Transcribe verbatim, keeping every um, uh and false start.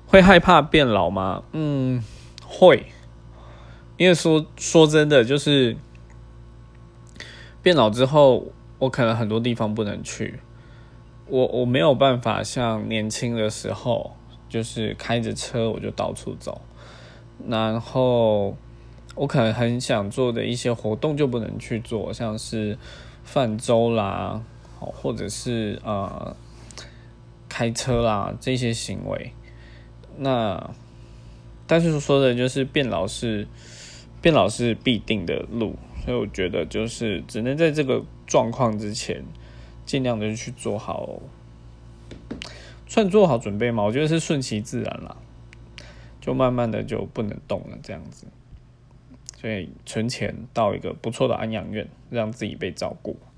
会害怕变老吗？嗯，会，因为说说真的，就是变老之后，我可能很多地方不能去，我我没有办法像年轻的时候，就是开着车我就到处走，然后我可能很想做的一些活动就不能去做，像是泛舟啦，或者是呃开车啦这些行为。那但是说的就是变老是变老是必定的路，所以我觉得就是只能在这个状况之前，尽量的去做好，算做好准备嘛。我觉得是顺其自然啦，就慢慢的就不能动了这样子。所以存钱到一个不错的安养院，让自己被照顾。